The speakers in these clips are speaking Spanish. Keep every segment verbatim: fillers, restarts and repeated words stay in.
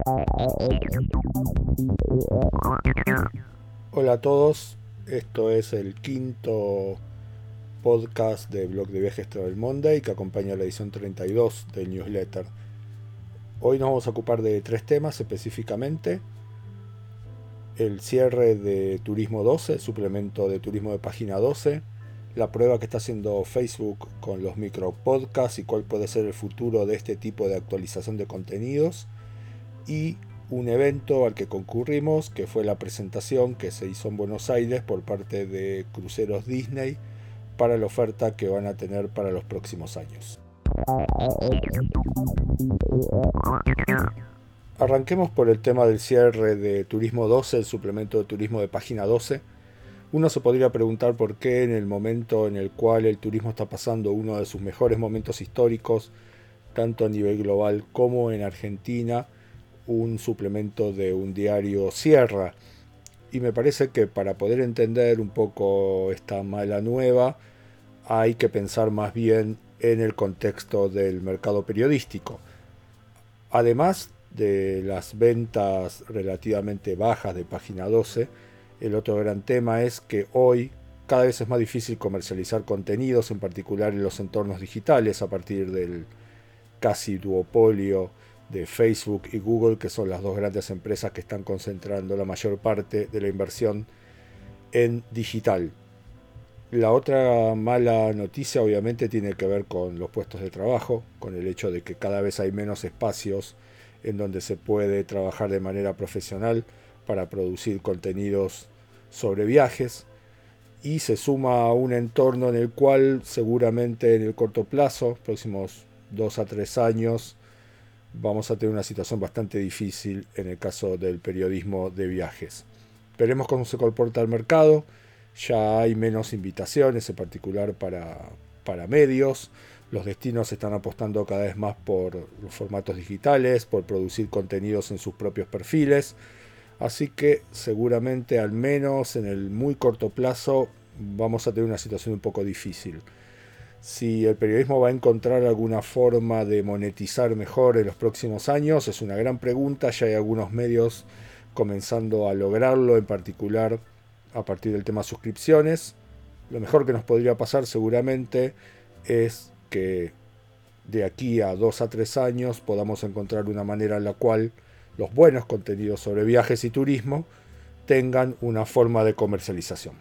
Hola a todos, esto es el quinto podcast de Blog de Viajes Travel Monday que acompaña la edición treinta y dos del newsletter. Hoy nos vamos a ocupar de tres temas específicamente: el cierre de Turismo doce, el suplemento de Turismo de Página doce, la prueba que está haciendo Facebook con los micropodcasts y cuál puede ser el futuro de este tipo de actualización de contenidos, y un evento al que concurrimos, que fue la presentación que se hizo en Buenos Aires por parte de Cruceros Disney para la oferta que van a tener para los próximos años. Arranquemos por el tema del cierre de Turismo doce, el suplemento de Turismo de Página doce. Uno se podría preguntar por qué, en el momento en el cual el turismo está pasando uno de sus mejores momentos históricos, tanto a nivel global como en Argentina, un suplemento de un diario cierra. Y me parece que para poder entender un poco esta mala nueva hay que pensar más bien en el contexto del mercado periodístico. Además de las ventas relativamente bajas de Página doce, el otro gran tema es que hoy cada vez es más difícil comercializar contenidos, en particular en los entornos digitales, a partir del casi duopolio de Facebook y Google, que son las dos grandes empresas que están concentrando la mayor parte de la inversión en digital. La otra mala noticia obviamente tiene que ver con los puestos de trabajo, con el hecho de que cada vez hay menos espacios en donde se puede trabajar de manera profesional para producir contenidos sobre viajes, y se suma a un entorno en el cual seguramente en el corto plazo, próximos dos a tres años, vamos a tener una situación bastante difícil en el caso del periodismo de viajes. Veremos cómo se comporta el mercado. Ya hay menos invitaciones, en particular para, para medios. Los destinos están apostando cada vez más por los formatos digitales, por producir contenidos en sus propios perfiles. Así que seguramente, al menos en el muy corto plazo, vamos a tener una situación un poco difícil. Si el periodismo va a encontrar alguna forma de monetizar mejor en los próximos años es una gran pregunta. Ya hay algunos medios comenzando a lograrlo, en particular a partir del tema suscripciones. Lo mejor que nos podría pasar seguramente es que de aquí a dos a tres años podamos encontrar una manera en la cual los buenos contenidos sobre viajes y turismo tengan una forma de comercialización.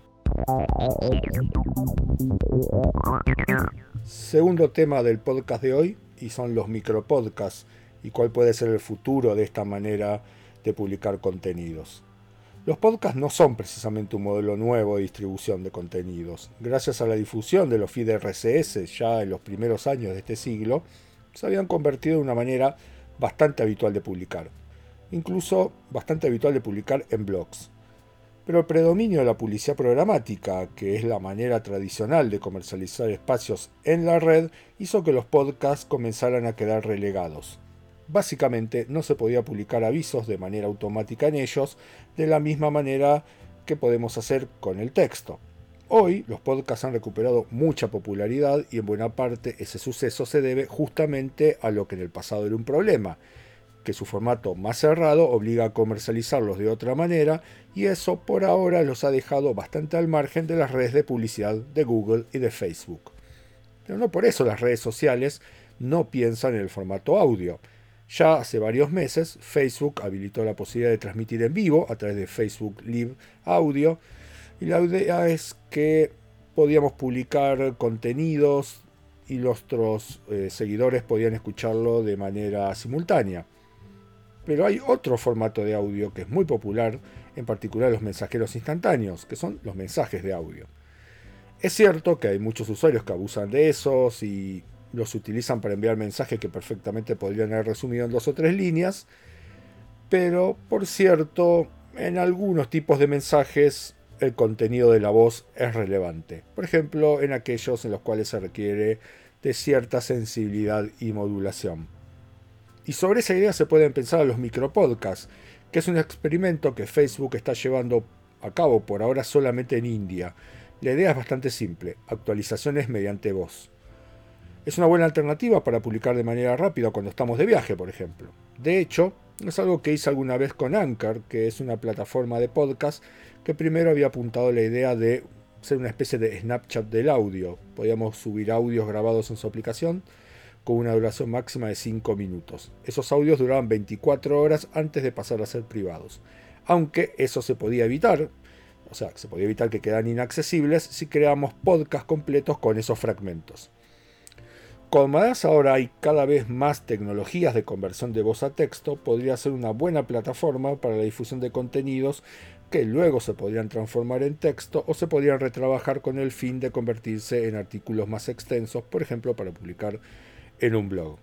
Segundo tema del podcast de hoy, y son los micropodcasts y cuál puede ser el futuro de esta manera de publicar contenidos. Los podcasts no son precisamente un modelo nuevo de distribución de contenidos. Gracias a la difusión de los feeds R S S ya en los primeros años de este siglo, se habían convertido en una manera bastante habitual de publicar, incluso bastante habitual de publicar en blogs. Pero el predominio de la publicidad programática, que es la manera tradicional de comercializar espacios en la red, hizo que los podcasts comenzaran a quedar relegados. Básicamente no se podía publicar avisos de manera automática en ellos, de la misma manera que podemos hacer con el texto. Hoy los podcasts han recuperado mucha popularidad, y en buena parte ese suceso se debe justamente a lo que en el pasado era un problema, que su formato más cerrado obliga a comercializarlos de otra manera, y eso por ahora los ha dejado bastante al margen de las redes de publicidad de Google y de Facebook. Pero no por eso las redes sociales no piensan en el formato audio. Ya hace varios meses Facebook habilitó la posibilidad de transmitir en vivo a través de Facebook Live Audio, y la idea es que podíamos publicar contenidos y nuestros eh, seguidores podían escucharlo de manera simultánea. Pero hay otro formato de audio que es muy popular, en particular los mensajeros instantáneos, que son los mensajes de audio. Es cierto que hay muchos usuarios que abusan de esos y los utilizan para enviar mensajes que perfectamente podrían haber resumido en dos o tres líneas, pero por cierto, en algunos tipos de mensajes el contenido de la voz es relevante. Por ejemplo, en aquellos en los cuales se requiere de cierta sensibilidad y modulación. Y sobre esa idea se pueden pensar los micropodcasts, que es un experimento que Facebook está llevando a cabo por ahora solamente en India. La idea es bastante simple: actualizaciones mediante voz. Es una buena alternativa para publicar de manera rápida cuando estamos de viaje, por ejemplo. De hecho, Es algo que hice alguna vez con Anchor, que es una plataforma de podcast que primero había apuntado la idea de ser una especie de Snapchat del audio. Podíamos subir audios grabados en su aplicación con una duración máxima de cinco minutos. Esos audios duraban veinticuatro horas antes de pasar a ser privados. Aunque eso se podía evitar, o sea, se podía evitar que quedaran inaccesibles si creamos podcasts completos con esos fragmentos. Como además ahora hay cada vez más tecnologías de conversión de voz a texto, podría ser una buena plataforma para la difusión de contenidos que luego se podrían transformar en texto o se podrían retrabajar con el fin de convertirse en artículos más extensos, por ejemplo, para publicar en un blog.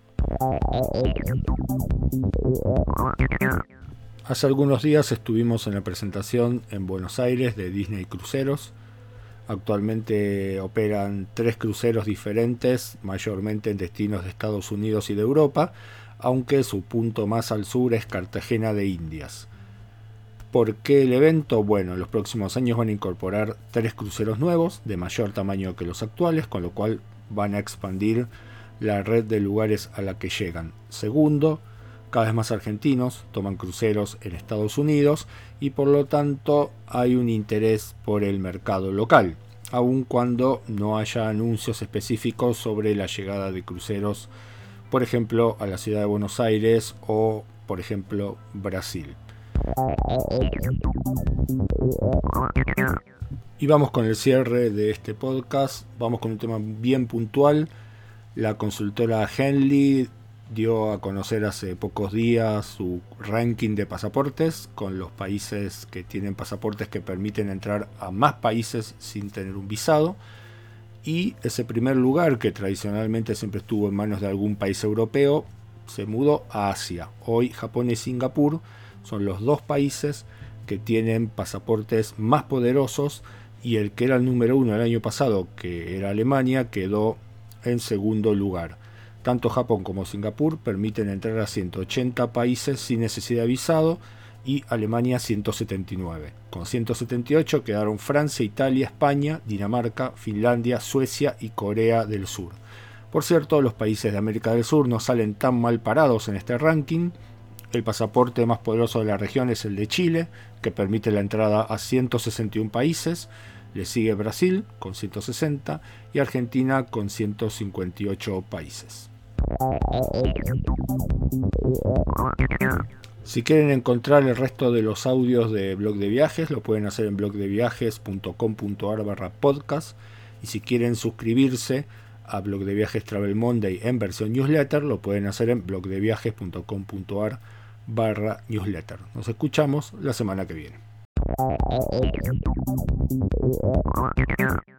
Hace algunos días estuvimos en la presentación en Buenos Aires de Disney Cruceros. Actualmente operan tres cruceros diferentes, mayormente en destinos de Estados Unidos y de Europa, aunque su punto más al sur es Cartagena de Indias. ¿Por qué el evento? Bueno, en los próximos años van a incorporar tres cruceros nuevos, de mayor tamaño que los actuales, con lo cual van a expandir la red de lugares a la que llegan. Segundo, cada vez más argentinos toman cruceros en Estados Unidos y por lo tanto hay un interés por el mercado local, aun cuando no haya anuncios específicos sobre la llegada de cruceros, por ejemplo, a la ciudad de Buenos Aires o, por ejemplo, Brasil. Y vamos con el cierre de este podcast. Vamos con un tema bien puntual. La consultora Henley dio a conocer hace pocos días su ranking de pasaportes con los países que tienen pasaportes que permiten entrar a más países sin tener un visado. Y ese primer lugar, que tradicionalmente siempre estuvo en manos de algún país europeo, se mudó a Asia. Hoy Japón y Singapur son los dos países que tienen pasaportes más poderosos, y el que era el número uno el año pasado, que era Alemania, quedó en segundo lugar. Tanto Japón como Singapur permiten entrar a ciento ochenta países sin necesidad de visado y Alemania ciento setenta y nueve. Con ciento setenta y ocho quedaron Francia, Italia, España, Dinamarca, Finlandia, Suecia y Corea del Sur. Por cierto, los países de América del Sur no salen tan mal parados en este ranking. El pasaporte más poderoso de la región es el de Chile, que permite la entrada a ciento sesenta y uno países. Le sigue Brasil con ciento sesenta y Argentina con ciento cincuenta y ocho países. Si quieren encontrar el resto de los audios de Blog de Viajes, lo pueden hacer en blog de viajes punto com punto a r barra podcast. Y si quieren suscribirse a Blog de Viajes Travel Monday en versión newsletter, lo pueden hacer en blog de viajes punto com punto a r barra newsletter. Nos escuchamos la semana que viene.